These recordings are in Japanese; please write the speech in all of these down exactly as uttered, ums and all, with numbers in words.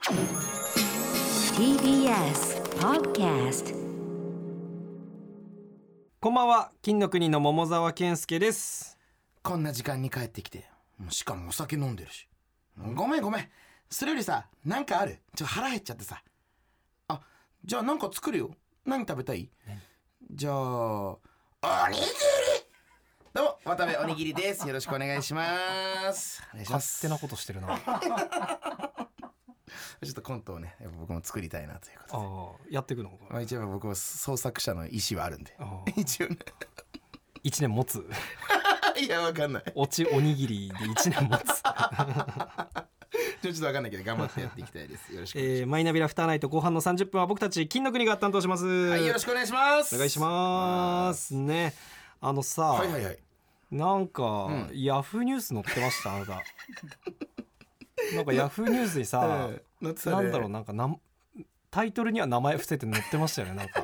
ティービーエス Podcast。 こんばんは、金の国の桃沢健介です。 こんな時間に帰ってきて、しかもお酒飲んでるし。ごめんごめん。それよりさ、なんかある？ちょっと腹減っちゃってさ。あ、じゃあなんか作るよ。何食べたい？じゃあおにぎり。どうも渡部おにぎりです。よろしくお願いします。お願いします。 勝手なことしてるな。 ちょっとコントをね、僕も作りたいなということで。 ああ、やっていくのか。 まあ、一応僕は創作者の意思はあるんで。一応ね。 一年持つ。 いやわかんない。 おちおにぎりで一年持つ。 ちょっとわかんないけど頑張ってやっていきたいです。よろしくお願いします。 えー、マイナビラフターナイト後半のさんじゅっぷんは僕たち金の国が担当します。 はい、よろしくお願いします。 お願いしますね。あのさ、 はいはいはい、 なんか、うん、ヤフーニュース載ってました。あなたなんかヤフーニュースにさ、えーね、なんだろう、なんかなタイトルには名前伏せて載ってましたよね。なんか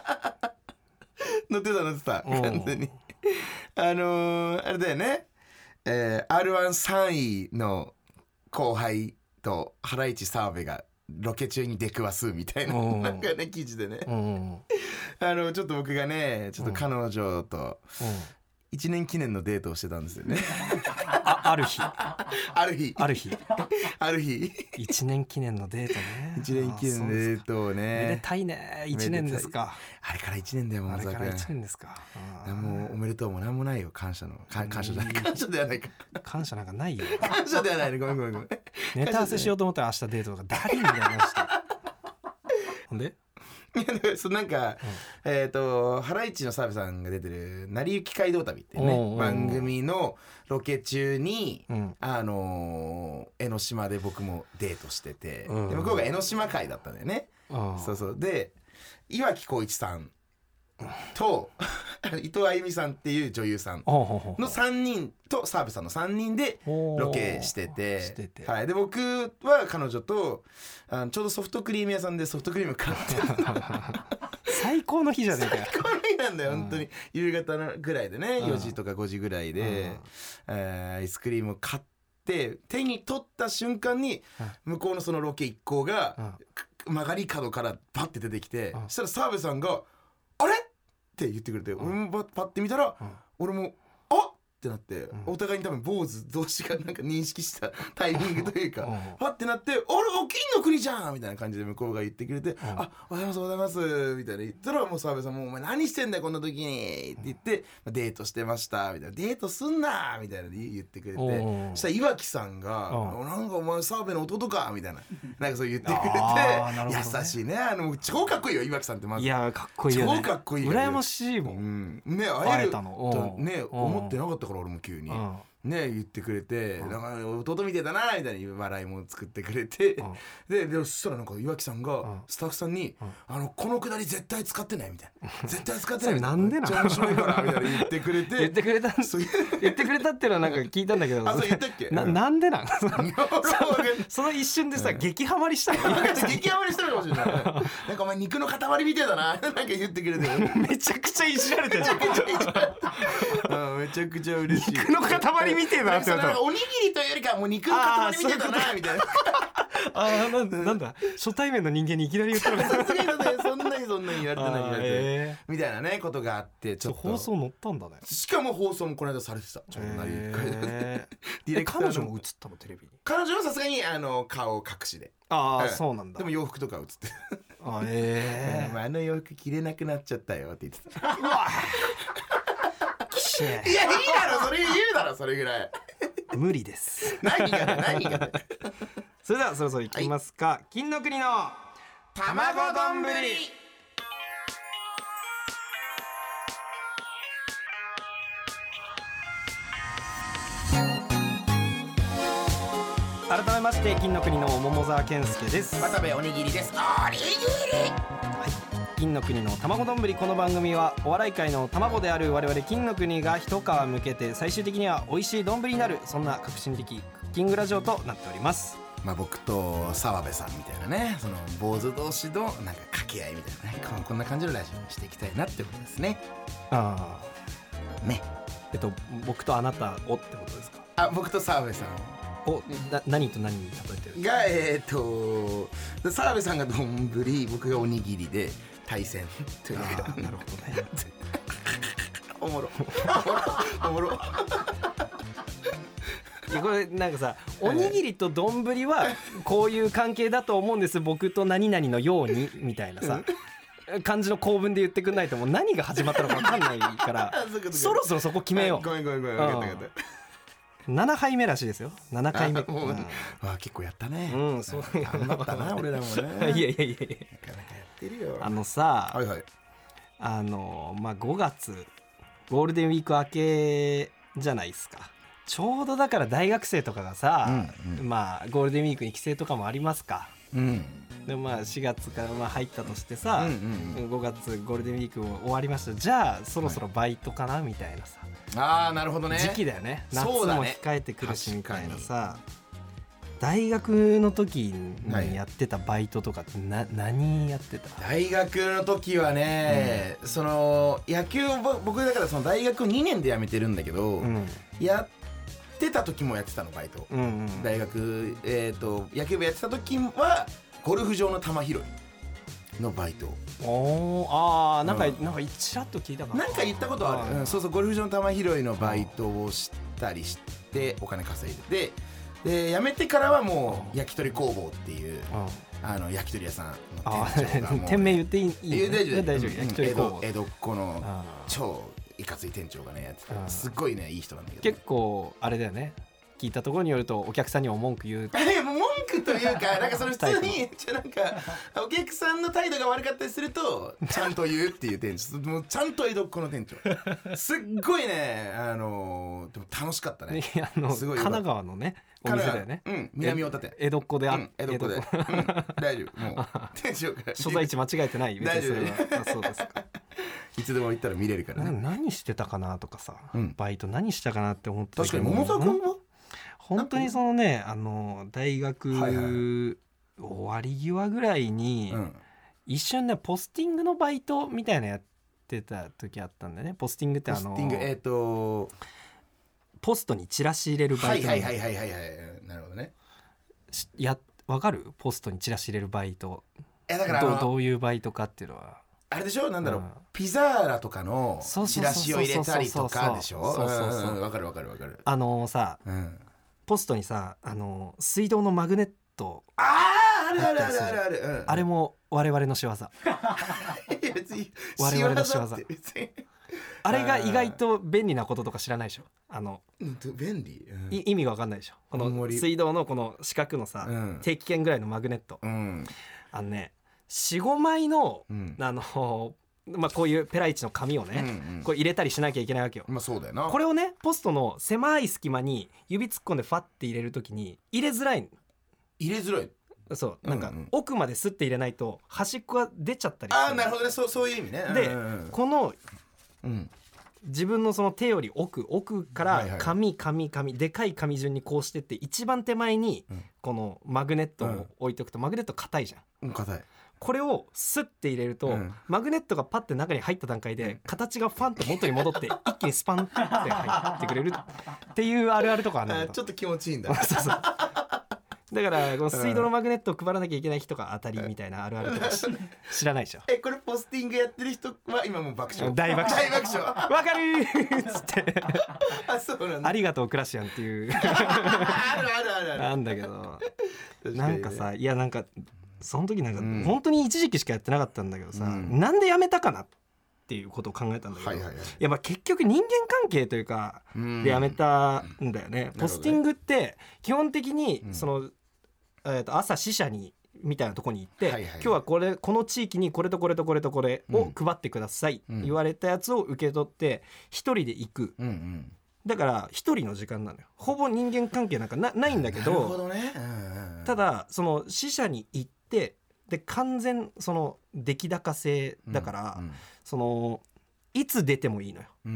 載ってた載ってた完全にあのー、あれだよね、えー、アールワンさん 位の後輩とハライチ澤部がロケ中に出くわすみたいななんかね記事でねあのちょっと僕がねちょっと彼女といちねん記念のデートをしてたんですよね。 あ, ある日ある日ある日ある日いちねん記念のデートね。 いちねん記念のデートをね。 めでたいね。いちねんですか。 あれからいちねんだよ。 あれからいちねんですか。 もうおめでとうもなんもないよ。感謝の感謝じゃない感謝ではないか。 感謝なんかないよ。 感謝ではないね。ごめんごめんごめん。 ネタ合わせしようと思ったら明日デートとかダリーみたいな話して。ほんでそうなんか、うん、えっ、ー、とハライチの澤部さんが出てる成り行き街道旅っていうね番組のロケ中に、うん、あのー、江ノ島で僕もデートしてて、うん、で向こうが江ノ島会だったんだよね、うん、そうそうで岩城浩一さんと伊藤あゆみさんっていう女優さんのさんにんと澤部さんのさんにんでロケしてて、してて、はい、で僕は彼女とあのちょうどソフトクリーム屋さんでソフトクリーム買って最高の日じゃねえかよ。 最高の日なんだよ、うん、本当に夕方ぐらいでね、うん、よじとかごじぐらいで、うんえー、アイスクリームを買って手に取った瞬間に、うん、向こうのそのロケ一行が、うん、曲がり角からパッて出てきて、うん、そしたら澤部さんがあれって言ってくれて、うん、俺もパッて見たら、うん、俺もあっってなって、うん、お互いに多分坊主同士がなんか認識したタイミングというか、うん、パッてなって「あれお金の国じゃん!」みたいな感じで向こうが言ってくれて「うん、あおはようございます」みたいな言ったらもう澤部さんも「お前何してんだよこんな時に」って言って「デートしてました」みたいな「デートすんな」みたいな言ってくれて、そしたら岩城さんが「なんかお前澤部の弟か」みたいななんかそう言ってくれて、ね、優しいね。あの超かっこいいよ岩城さんって。まずいやかっこいいよね。 超かっこいいよ羨ましいもん、 うん、ね会えるとね思ってなかったから俺も急にね言ってくれて、なんか弟みてえだなみたいな笑いも作ってくれて、ででそしたらなんか岩城さんがスタッフさんにあのこのくだり絶対使ってないみたいな絶対使ってないみたいな、 なんでなめっちゃ面白いからみたいな言ってくれて言ってくれた言ってくれたっていうのはなんか聞いたんだけどあそう言ったっけな, なんでなんその一瞬でさ、うん、激ハマりしたの激ハマりしたのかもしれないなんかお前肉の塊みてえだななんか言ってくれてめちゃくちゃいじられてるめちゃくちゃいじられてめちゃくちゃ嬉しい。 肉の塊みてえだなって言われた。 おにぎりというよりかもう肉の塊みてえだなみたいなああなんだなんだ初対面の人間にいきなり言ったのかそんなにそんなに言われてない言われて、えー、みたいなねことがあってちょっと放送載ったんだね。 しかも放送もこの間されてた。ちょっと何回ディレクター彼女も映ったのテレビに。 彼女はさすがにあの顔隠しで。 ああ、うん、そうなんだ。 でも洋服とか映ってあえー、あの洋服着れなくなっちゃったよって言ってたうわいやいいだろそれ言うだろそれぐらい無理です何が何がそれではそろそろいきますか、はい、金の国の卵丼ぶり。 改めまして金の国の桃沢健介です。 渡部おにぎりです。おにぎり、 はい、金の国の卵丼ぶり。この番組はお笑い界の卵である我々金の国が一皮むけて最終的には美味しい丼になる、そんな革新的クッキングラジオとなっております。 まあ、僕と澤部さんみたいなね、その坊主同士のなんか掛け合いみたいなね、こんな感じのラジオにしていきたいなってことですね。 ああねえっと僕とあなたをってことですか。 あ僕と澤部さんおな何と何に例えてるがえっ、ー、と澤部さんが丼、僕がおにぎりで対戦という。 なるほどねおもろおもろいやこれなんかさおにぎりと丼はこういう関係だと思うんです僕と何々のようにみたいなさ感じの構文で言ってくんないともう何が始まったのか分かんないからそろそろそこ決めよう。 ごめんごめんごめん分かった分かったななはいめらしいですよ。ななかいめ。 もう、うん、わ結構やったね。 うん、そう頑張ったな俺らもね。 いやいやいやいや。 なかなかやってるよ。 あのさ、 はいはい、 あのまあごがつゴールデンウィーク明けじゃないですか。ちょうどだから大学生とかがさ、うんうん、まあゴールデンウィークに帰省とかもありますか。うん。でまあしがつからまあ入ったとしてさ、うんうんうん、ごがつゴールデンウィークも終わりました。じゃあそろそろバイトかなみたいなさ。 ああなるほどね。 時期だよね。夏も控えてくるしみたいなさ。大学の時にやってたバイトとかってな、はい、何やってた？ 大学の時はね、うん、その野球を僕だからその大学にねんで辞めてるんだけど、うん、やってた時もやってたのバイト。うんうん、大学えっ、ー、と野球部やってた時はゴルフ場の球拾いのバイト。 おああなんか、うん、なんかちらっと聞いたかな。 なんか言ったことある。うん、そうそうゴルフ場の球拾いのバイトをしたりしてお金稼いでて、で辞めてからはもう焼き鳥工房っていうあの焼き鳥屋さんの店長がもう店名言っていい？いい大丈夫大丈夫。焼き鳥工房江戸っ子の超いかつい店長がねやっててすっごいねいい人なんだけど、 結構あれだよね。聞いたところによるとお客さんにも文句言う。 文句というかなんかそれ普通になんかお客さんの態度が悪かったりするとちゃんと言うっていう店長もうちゃんと江戸っ子の店長すっごいねあのでも楽しかったね。 あのすごい神奈川のねお店だよね。 うん南大館江戸っ子であ、 うん、江戸っ子で、うん、大丈夫もう店長から所在地間違えてない。 大丈夫。そうですか。 いつでも行ったら見れるからね。 何してたかなとかさ、うん、バイト何したかなって思ってたけど。確かに桃沢君は本当にそのねあの大学終わり際ぐらいに一瞬ねポスティングのバイトみたいなやってた時あったんだよね。ポスティングってあのポスティングえっとポストにチラシ入れるバイト。 はいはいはいはいはいはいなるほどね。 やわかる？ポストにチラシ入れるバイト。 えだからどう、どういうバイトかっていうのはあれでしょなんだろう、うん、ピザーラとかのチラシを入れたりとかでしょ。そうそうそうわかるわかるわかる。 あのさ、うんポストにさあの水道のマグネットあああるあるあるあるある、うん、 あれも我々の仕業別に我々の仕業あれが意外と便利なこととか知らないでしょ。あの便利、 うん、意味が分かんないでしょ。この水道のこの四角のさ、うん、定期券ぐらいのマグネット、うん、あのね よん,ご 枚の、うん、あのまあ、こういうペライチの紙をね、うんうん、こう入れたりしなきゃいけないわけよ。 まあそうだよな。 これをねポストの狭い隙間に指突っ込んでファッて入れるときに入れづらい。 入れづらい。 そうなんか奥までスッて入れないと端っこが出ちゃったりする。 ああなるほどね。そうそういう意味ね。 で、 うんうん、 この、うん、自分のその手より奥奥から紙紙紙でかい紙順にこうしてって一番手前にこのマグネットを置いておくと、マグネット硬いじゃん。 うん硬い。 これをスッて入れると、うん、マグネットがパッて中に入った段階で形がファンと元に戻って一気にスパンって入ってくれるっていうあるあるとかあるんだけどちょっと気持ちいいんだそうそうだからこの水道のマグネットを配らなきゃいけない人が当たりみたいなあるあるとか知らないでしょ。 えこれポスティングやってる人は今もう爆笑大爆笑大爆笑わかるーっつってあそうなんだ。 ありがとうクラシアンっていうあるあるあるあるなんだけどなんかさいやなんかその時なんか本当に一時期しかやってなかったんだけどさ、うん、なんでやめたかなっていうことを考えたんだけど、はいはいはい、いやまあ結局人間関係というかでやめたんだよね、うん、ポスティングって基本的にその、うんえー、と朝支社にみたいなとこに行って、はいはい、今日はこれこの地域にこれとこれとこれとこれを配ってください、うん、言われたやつを受け取って一人で行く、うんうんだから一人の時間なのよ。ほぼ人間関係なんか な, ないんだけど、 なるほどね、うんうん、 ただその支社に行ってで完全その出来高制だから、うんうん、そのいつ出てもいいのよ、うんうん、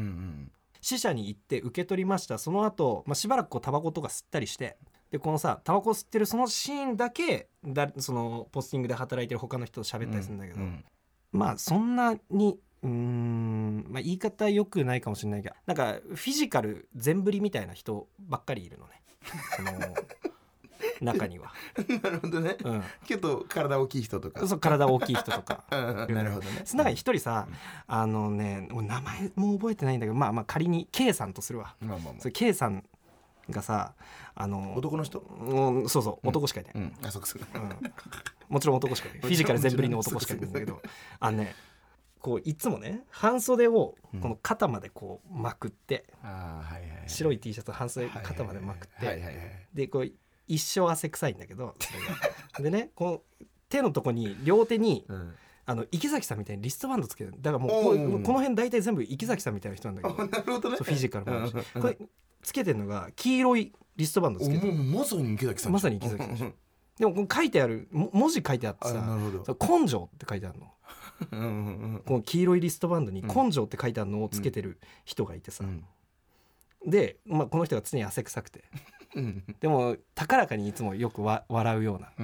支社に行って受け取りました。その後、まあ、しばらくこうタバコとか吸ったりしてでこのさタバコ吸ってるそのシーンだけだそのポスティングで働いてる他の人と喋ったりするんだけど、うんうん、まあそんなにうーん、まあ、言い方良くないかもしれないけどなんかフィジカル全振りみたいな人ばっかりいるのねその中にはなるほどね、うん、けど体大きい人とかそう体大きい人とかうん、なるほどね。 その中に一人さ、うん、あのね名前も覚えてないんだけど、まあまあ仮に K さんとするわ、まあまあまあ、それ K さんがさあの男の人、 うん、そうそう、うん、男しかいない、うん、あそこす、うん、もちろん男しかいないフィジカル全振りの男しかいないんだけどあのねこういつもね半袖をこの肩までこうまくって、うんあはいはいはい、白い T シャツ半袖肩までまくって、はいはいはい、でこう一生汗臭いんだけどでねこう手のとこに両手に、うんあの池崎さんみたいにリストバンドつけるだからもう こ, うこの辺大体全部池崎さんみたいな人なんだけどなるほど、ね、 フィジカルもあるしこれつけてるのが黄色いリストバンドつけてるまさに池崎さんまさに池崎さんでしょでもこう書いてある文字書いてあってさ根性って書いてあるのうんうん、この黄色いリストバンドに根性って書いてあるのをつけてる人がいてさ、うん、で、まあ、この人が常に汗臭くてでも高らかにいつもよくわ笑うような、うん、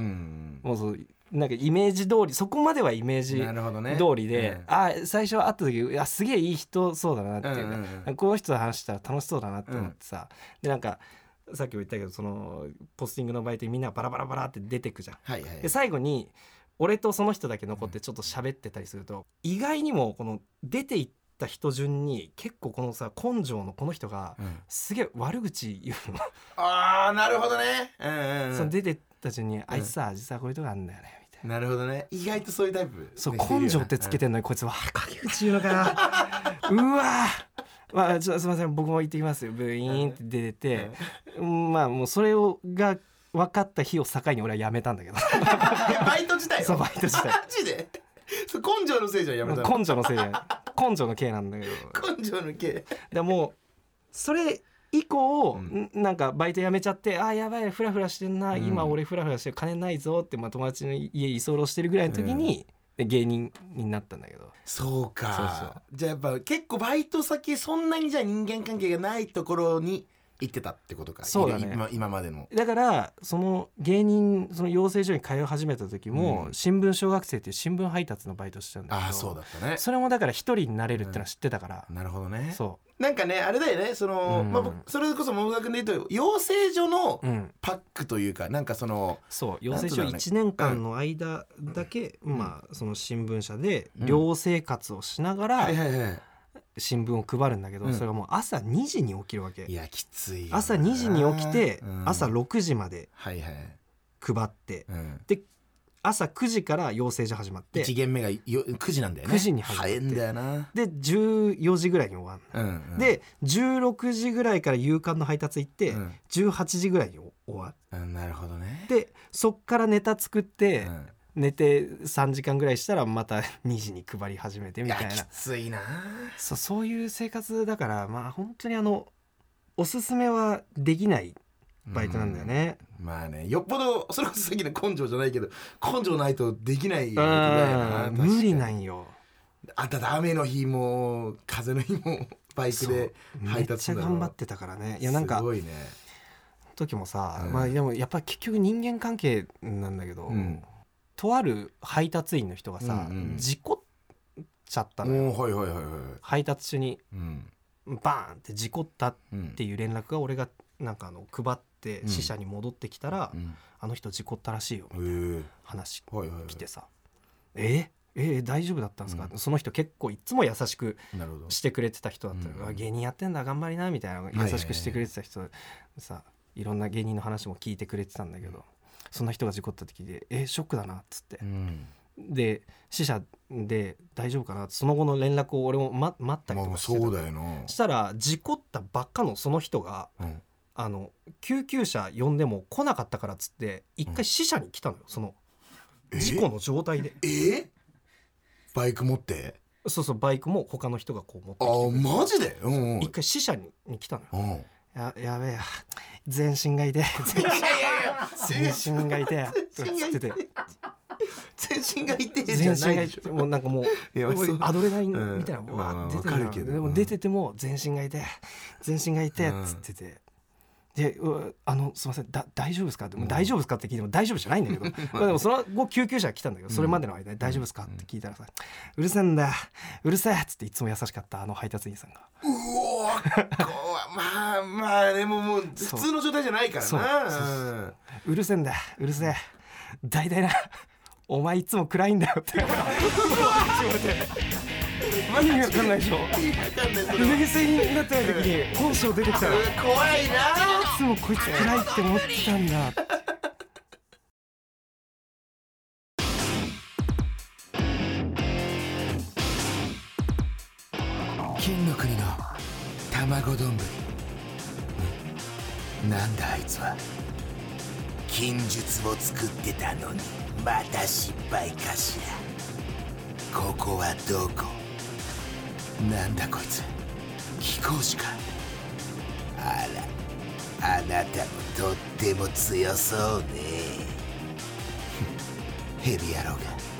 もうそうなんかイメージ通りそこまではイメージ通りで、ねうん、ああ最初会った時あすげえいい人そうだなっていうか、うんうんうん、この人と話したら楽しそうだなって思ってさ、うん、でなんかさっきも言ったけどそのポスティングのバイトにみんなバラバラバラって出てくじゃん、はいはいはい、で最後に俺とその人だけ残ってちょっと喋ってたりすると、うん、意外にもこの出ていった人順に結構このさ根性のこの人がすげえ悪口言うの、うん、 ああなるほどね、うんうんうん、 その出てった順にあいつさ、うん、実はこういうとこあるんだよねみたいな。 なるほどね意外とそういうタイプそう根性ってつけてんのに、うん、こいつは陰口言うのかなうわまあちょすいません僕も行ってきますよブイーンって出てて、うん、まあもうそれをが分かった日を境に俺はやめたんだけどバイト自体そうバイト自体マジで根性のせいじゃんやめたの根性のせいじゃない根性の刑なんだけど根性の刑でもうそれ以降、うん、なんかバイト辞めちゃってあやばいフラフラしてんな、うん、今俺フラフラしてる金ないぞって、まあ、友達の家居候してるぐらいの時に、うん、芸人になったんだけどそうかそうそうじゃあやっぱ結構バイト先そんなにじゃあ人間関係がないところに行ってたってことかそうだね今, 今までのだからその芸人その養成所に通い始めた時も、うん、新聞小学生っていう新聞配達のバイトしてたんだけどあそうだったねそれもだから一人になれるってのは知ってたから、 うん、なるほどねそうなんかねあれだよねその、うんまあ、それこそ桃田君で言うと養成所のパックというか、うん、なんかそのそう養成所いちねんかんの間だけ、うん、まあその新聞社で寮生活をしながら、うんはいはいはい新聞を配るんだけど、うん、それがもう朝にじに起きるわけいやきついよ朝にじに起きて、うん、朝ろくじまで配って、はいはいうん、で朝くじから養成所始まっていち限目がくじなんだよねくじに始まって早いんだよなでじゅうよじぐらいに終わる、うんうん、でじゅうろくじぐらいから夕刊の配達行って、うん、じゅうはちじぐらいに終わる、 うん、なるほどねでそっからネタ作って、うん寝てさんじかんぐらいしたらまたにじに配り始めてみたいな。いやきついな。 そう、そういう生活だからまあ本当にあのおすすめはできないバイトなんだよね。 まあねよっぽどそれこそさっきの根性じゃないけど根性ないとできないバイトだよな。 無理なんよ。 あんた雨の日も風の日もバイクで配達めっちゃ頑張ってたからね。いやなんかすごいね。 時もさ、うん、まあでもやっぱ結局人間関係なんだけど。うんとある配達員の人がさ、うんうん、事故っちゃったのよ、 はいはいはいはい、 配達中に、うん、バーンって事故ったっていう連絡が俺がなんかあの配って支社に戻ってきたら、うん、あの人事故ったらしいよみたいな話来てさ、はいはいはい、ええー、大丈夫だったんですか、うん、その人結構いつも優しくしてくれてた人だったら、うん、芸人やってんだ頑張りなみたいな優しくしてくれてた人、はいはいはい、さいろんな芸人の話も聞いてくれてたんだけど、そんな人が事故った時でえショックだなっつって、うん、で支社で大丈夫かなってその後の連絡を俺も、ま、待ったりとかしてた、 まあ、そうだよな。 したら事故ったばっかのその人が、うん、あの救急車呼んでも来なかったからっつって一回支社に来たのよ、その事故の状態で。 えー、バイク持ってそうそうバイクも他の人がこう持ってきてあマジで、うんうん、 一回支社 に, に来たのよ、うんや, やべえや全身が痛い全身が痛いとかつってて全身が痛いじゃないでしょ。 もうなんかもうアドレナリンみたいなのが出てるけど、でも出てても全身が痛い全身が痛いっつってて、 でうあのすいませんだ大丈夫ですかってもう大丈夫ですかって聞いても大丈夫じゃないんだけどまあでもその後救急車が来たんだけどそれまでの間に大丈夫ですかって聞いたらさうるせえんだうるせえっつっていつも優しかったあの配達員さんがうおーこうまあまあでももう普通の状態じゃないからな。 そうそうそううるせえんだうるせえ大体なお前いつも暗いんだよって言われて意味わかんないでしょ。冷静になってない時に本性出てきたら怖いな。 いつもこいつ暗いって思ってたんだ。 金の国の卵丼。なんだあいつは。金術を作ってたのにまた失敗かしら。ここはどこ。なんだこいつ、貴公子か。あら、あなたもとっても強そうね。ヘビ野郎が。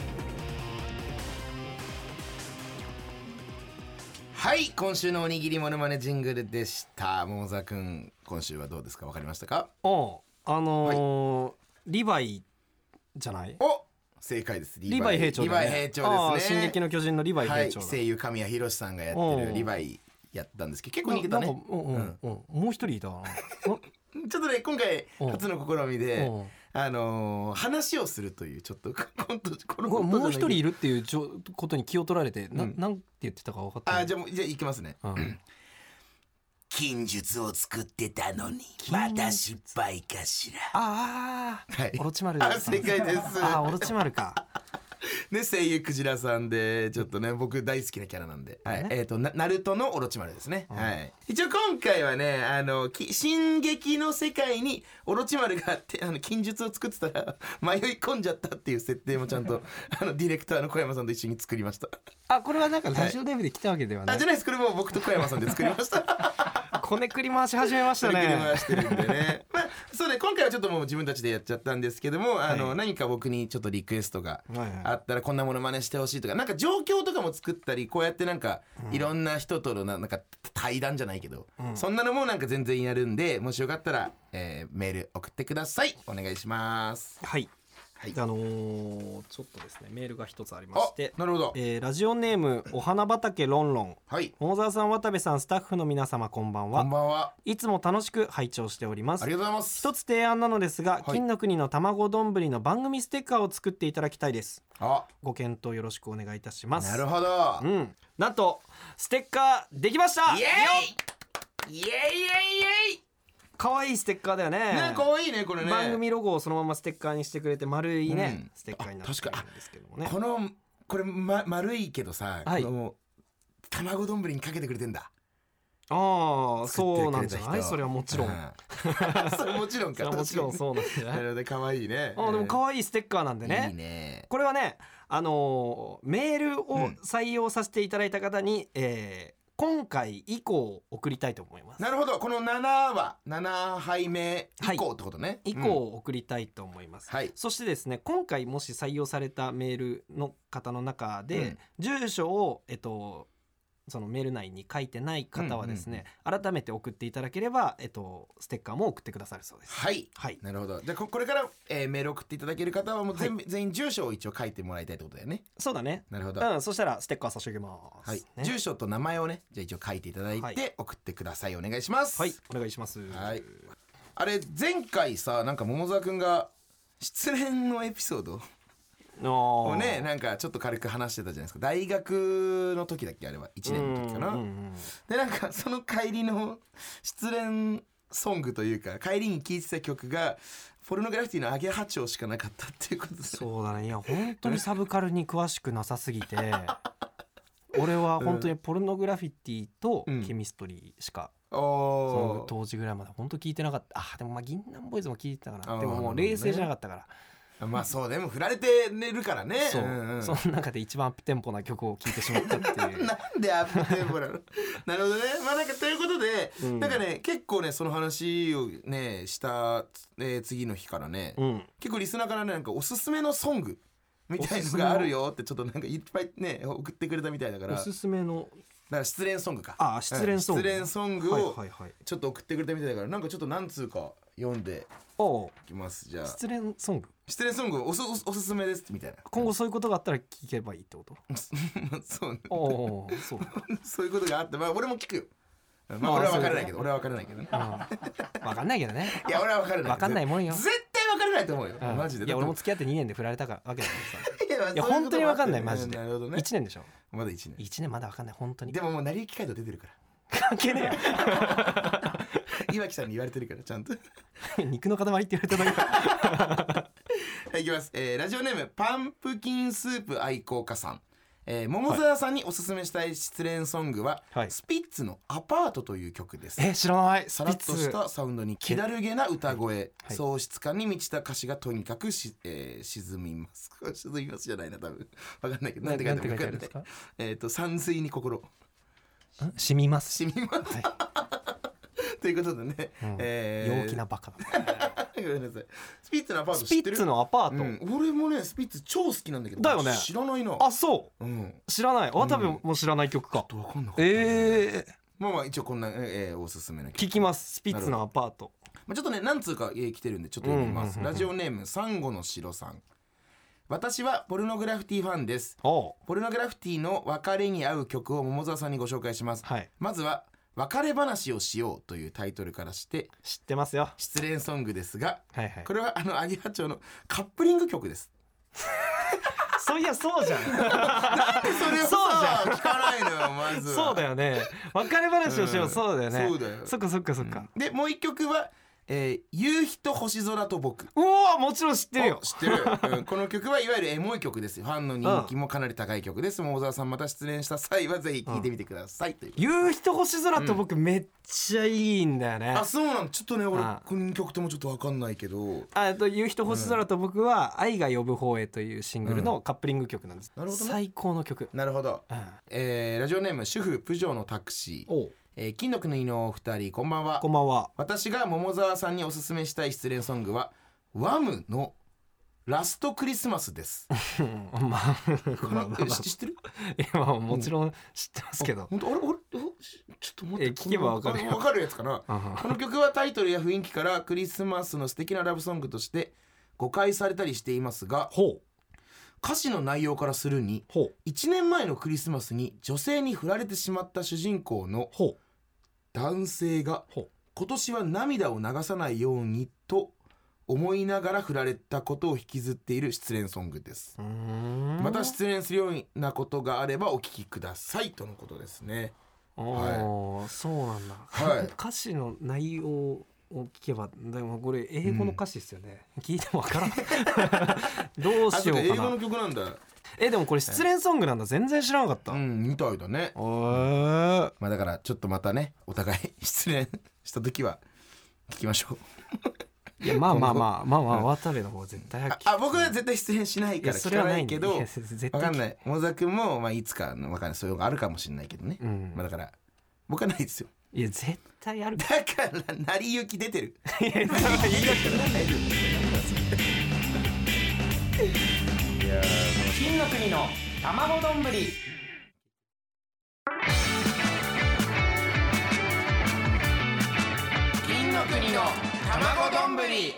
はい、今週のおにぎりモノマネジングルでした。桃沢くん、今週はどうですか。わかりましたか。 おあのーはい、リヴァイじゃない。 お正解です。 リヴァイ兵長だね。 リヴァイ兵長ですね。 進撃の巨人のリヴァイ兵長だ、 はい、声優神谷博さんがやってるリヴァイやったんですけど結構似てたね。 うんうんうんうん、もう一人いたなちょっとね今回初の試みであのー、話をするというちょっとコントこのコントもう一人いるっていうことに気を取られて、うん、な, なんて言ってたか分かった。 あじゃあじゃあいきますね、うん、金術を作ってたのにまた失敗かしら。 ああ、はい、オロチマル。 あ正解です。 あオロチマルかね、声優クジラさんでちょっとね僕大好きなキャラなんで、はい、えっ、ー、となナルトのオロチマルですね、うん、はい、一応今回はねあの進撃の世界にオロチマルがあってあの金術を作ってたら迷い込んじゃったっていう設定もちゃんとあのディレクターの小山さんと一緒に作りました。 あこれはなんかラジオネームで来たわけではない、 はい、あじゃないです。これも僕と小山さんで作りましたこねくり回し始めましたね。 こねくり回してるんでねまあそうね今回はちょっともう自分たちでやっちゃったんですけども、はい、あの何か僕にちょっとリクエストがあったらこんなもの真似してほしいとかなんか状況とかも作ったりこうやってなんかいろんな人とのなんか対談じゃないけど、うん、そんなのもなんか全然やるんでもしよかったら、えー、メール送ってください。お願いします。 はい、はい、あのー、ちょっとですねメールが一つありまして。 なるほど、 えー、ラジオネームお花畑ロンロン、 はい、 桃沢さん渡部さんスタッフの皆様こんばんは。 こんばんは。 いつも楽しく拝聴しております。 ありがとうございます。 一つ提案なのですが、はい、金の国の卵丼の番組ステッカーを作っていただきたいです。 あご検討よろしくお願いいたします。 なるほど、 うん、なんとステッカーできました。 イエイイエイイエイイエイ。 可愛いステッカーだよね。 ね可愛いねこれね。 番組ロゴをそのままステッカーにしてくれて丸いね、うん、ステッカーになってるんですけどもね。 このこれ、ま、丸いけどさ、はい、この卵丼にかけてくれてんだ。 ああそうなんじゃない。それはもちろんそれもちろんかもちろんそうなんじゃない。 なので可愛いね。 あでも可愛いステッカーなんでね。 いいね。これはねあのー、メールを採用させていただいた方に、うんえー今回以降送りたいと思います。 なるほど。このななわななはいめ以降ってことね、はい、 以降送りたいと思います、うん、そしてですね今回もし採用されたメールの方の中で、うん、住所をえっとそのメール内に書いてない方はですね、うんうんうん、改めて送っていただければ、えっと、ステッカーも送ってくださるそうです。 はい、はい、なるほど。じゃあこれから、えー、メール送っていただける方はもう 全,、はい、全員住所を一応書いてもらいたいってことだよね。 そうだね。 なるほど、 うん、そしたらステッカー差し上げます、 はいね、 住所と名前をねじゃあ一応書いていただいて送ってください。お願いします。 はいお願いします。 はい、あれ前回さなんか桃沢くんが失恋のエピソードをねなんかちょっと軽く話してたじゃないですか。大学の時だっけあれはいちねんの時かな、うんうんうん、でなんかその帰りの失恋ソングというか帰りに聴いてた曲がポルノグラフィティのアゲハチョウしかなかったっていうことで。 そうだね。いや本当にサブカルに詳しくなさすぎて俺は本当にポルノグラフィティとケミストリーしか、うん、その当時ぐらいまで本当聞いてなかった。あでもまあ銀杏ボーイズも聞いてたからでももう冷静じゃなかったからまあそうでも振られて寝るからね。 そう、うんうん、その中で一番アップテンポな曲を聴いてしまったっていうなんでアップテンポなのなるほどね。まあなんかということで、うん、なんかね結構ねその話をねした、えー、次の日からね、うん、結構リスナーからねなんかおすすめのソングみたいのがあるよってちょっとなんかいっぱいね送ってくれたみたいだから。 おすすめのから失恋ソングか。 あ失恋ソング、 失恋ソングをはいはいはい、 ちょっと送ってくれたみたいだから、なんかちょっと何通か読んでおいきます。じゃあ失恋ソング失恋ソングおすおすすめですみたいな。 今後そういうことがあったら聞けばいいってことそうね。 おそうそういうことがあって、まあ俺も聞くよ。まあ俺は分からないけど、俺は分からないけどね。 分かんないけどね。 いや俺は分からない。 分かんないもんよ。 絶対分からないと思うよ。マジで。 いや俺も付き合ってにねんで振られたわけだからさ。いや本本当に分かんないマジで。 なるほどね。 いちねんでしょ。 まだいちねん。 いちねんまだ分かんない本当に。 でももう成り行き街道出てるから。 関係ねえよ。岩木さんに言われてるからちゃんと。 肉の塊って言われただけ。 はい、いきます、えー、ラジオネームパンプキンスープ愛好家さん、えー、桃沢さんにおすすめしたい失恋ソングは、はい、スピッツのアパートという曲です。 え知らない。 さらっとしたサウンドに気だるげな歌声、はい、喪失感に満ちた歌詞がとにかくし、えー、沈みます沈みますじゃないな多分分かんないけどなんて書いてあるか分かんない。えっ、ー、と山水に心染みます染みます、はいということでね、 うんえー、陽気なバカだごめんなさい。スピッツのアパート知ってる？ スピッツのアパート、 うん、俺もねスピッツ超好きなんだけどだよね知らないなあそう、 うん、 知らない渡部も知らない曲か、 ちょっと分かんなかった、 ね、えー、 まあまあ一応こんな、えー、おすすめな曲聞きますスピッツのアパート。 まあ、ちょっとね何通か、えー、来てるんでちょっと読みます、うんうんうんうん、ラジオネームサンゴの城さん。私はポルノグラフィティファンです。ポルノグラフィティの別れに合う曲を桃沢さんにご紹介します、はい、まずは別れ話をしようというタイトルからして知ってますよ失恋ソングですが、はいはい、これはあのアゲハチョウのカップリング曲ですそういやそうじゃんなんでそれをさ聞かないのよまずそうだよね別れ話をしよう、うん、そうだよねそうだよそっかそっかそっか、 うん、でもう一曲はえー、夕日と星空と僕。 うわもちろん知ってるよ知ってる、うん、この曲はいわゆるエモい曲ですよ。ファンの人気もかなり高い曲です。桃沢さんまた出演した際はぜひ聴いてみてください、うん、という夕日と星空と僕、うん、めっちゃいいんだよね。 あそうなんちょっとね俺この曲ともちょっと分かんないけどあと夕日と星空と僕は、うん、愛が呼ぶ方へというシングルのカップリング曲なんです、うん、なるほど、ね、最高の曲。 なるほど、うんえー、ラジオネーム主婦プジョーのタクシー。おえー、金の国のお二人こんばんは。 こんばんは。 私が桃沢さんにおすすめしたい失恋ソングはワムのラストクリスマスですまあ知ってる？ 今もちろん知ってますけど、 本当あれ俺ちょっと待って、 聞けばわかるよ。 わかるやつかなこの曲はタイトルや雰囲気からクリスマスの素敵なラブソングとして誤解されたりしていますが、ほう歌詞の内容からするにいちねんまえのクリスマスに女性に振られてしまった主人公の男性が今年は涙を流さないようにと思いながら振られたことを引きずっている失恋ソングです。また失恋するようなことがあればお聞きくださいとのことですね。 はい、そうなんだ、はい、歌詞の内容を聞けばでもこれ英語の歌詞ですよね、うん、聞いてもわからないどうしようかな。 英語の曲なんだ。 えでもこれ失恋ソングなんだ、全然知らなかった。 うんみたいだね。まあだからちょっとまたねお互い失恋した時は聞きましょういやまあまあまあまあまあ渡部の方絶対あ, あ僕は絶対失恋しないから聞かないけど分かんない。桃沢君もまあいつか分かんないそういうのがあるかもしれないけどね、うんまあ、だから僕はないですよ。 いや絶対ある。 だから成り行き出てるいやいや金の国の卵丼ぶり。 金の国の卵丼ぶり。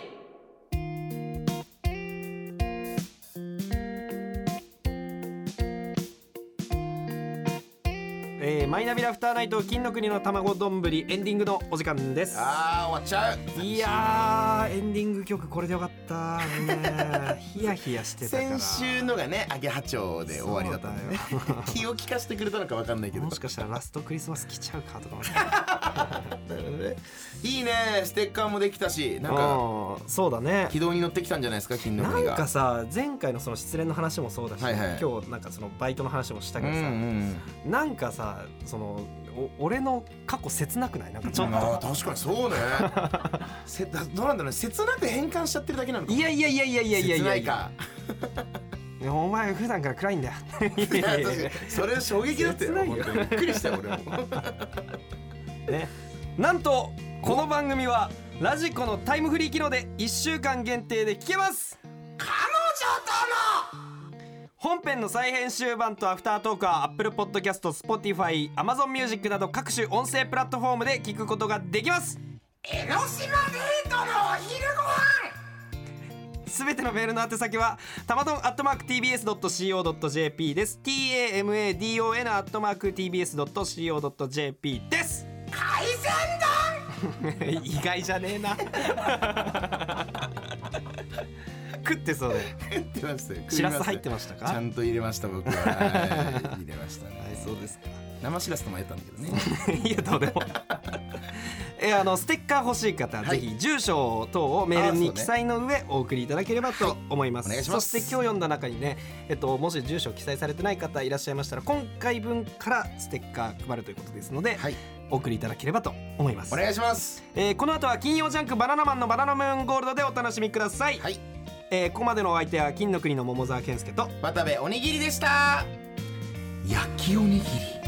えー、マイナビラフターナイト金の国の卵丼ぶりエンディングのお時間です。 あー終わっちゃう。 いやーエンディング曲これでよかったねヒヤヒヤしてたから。 先週のがねアゲハチョウで終わりだったんだよね気を利かせてくれたのか分かんないけどもしかしたらラストクリスマス来ちゃうかとかねいいねステッカーもできたしなんかそうだね軌道に乗ってきたんじゃないですか金の国が。 なんかさ前回のその失恋の話もそうだし、はいはい、今日なんかそのバイトの話もしたけどさ、うんうん、なんかさその俺の過去切なくない？なんかちょっと、 あ確かにそうねせどうなんだろうね切なく変換しちゃってるだけなのか。 いやいやいやいやいやいやいや切ないかお前普段から暗いんだよいやそれ衝撃だったよ。びっくりしたよ俺もね、なんとこの番組はラジコのタイムフリー機能でいっしゅうかん限定で聞けます。 彼女との本編の再編集版とアフタートークは Apple Podcast、Spotify、Amazon Music など各種音声プラットフォームで聞くことができます。 江ノ島デートのお昼ご飯。 すべてのメールの宛先はたまどん アットマークティービーエスドットシーオードットジェーピー です。 タマドン アットマーク ティービーエスドットシーオードットジェーピー です。 海鮮丼意外じゃねえな食ってそうで食ってましたよ。 しらす入ってましたか？ ちゃんと入れました僕は、はい、入れましたね。 はい、そうですか。 生しらすともやったんだけどねいやどうでもえあのステッカー欲しい方、はい、ぜひ住所等をメールに記載の上お送りいただければと思います、はい、お願いします。そして今日読んだ中にね、えっと、もし住所記載されてない方いらっしゃいましたら今回分からステッカー配るということですので、はい、お送りいただければと思います。 お願いします、 えー、この後は金曜ジャンクバナナマンのバナナムーンゴールドでお楽しみください、はい。えー、ここまでのお相手は金の国の桃沢健介と渡部おにぎりでした。焼きおにぎり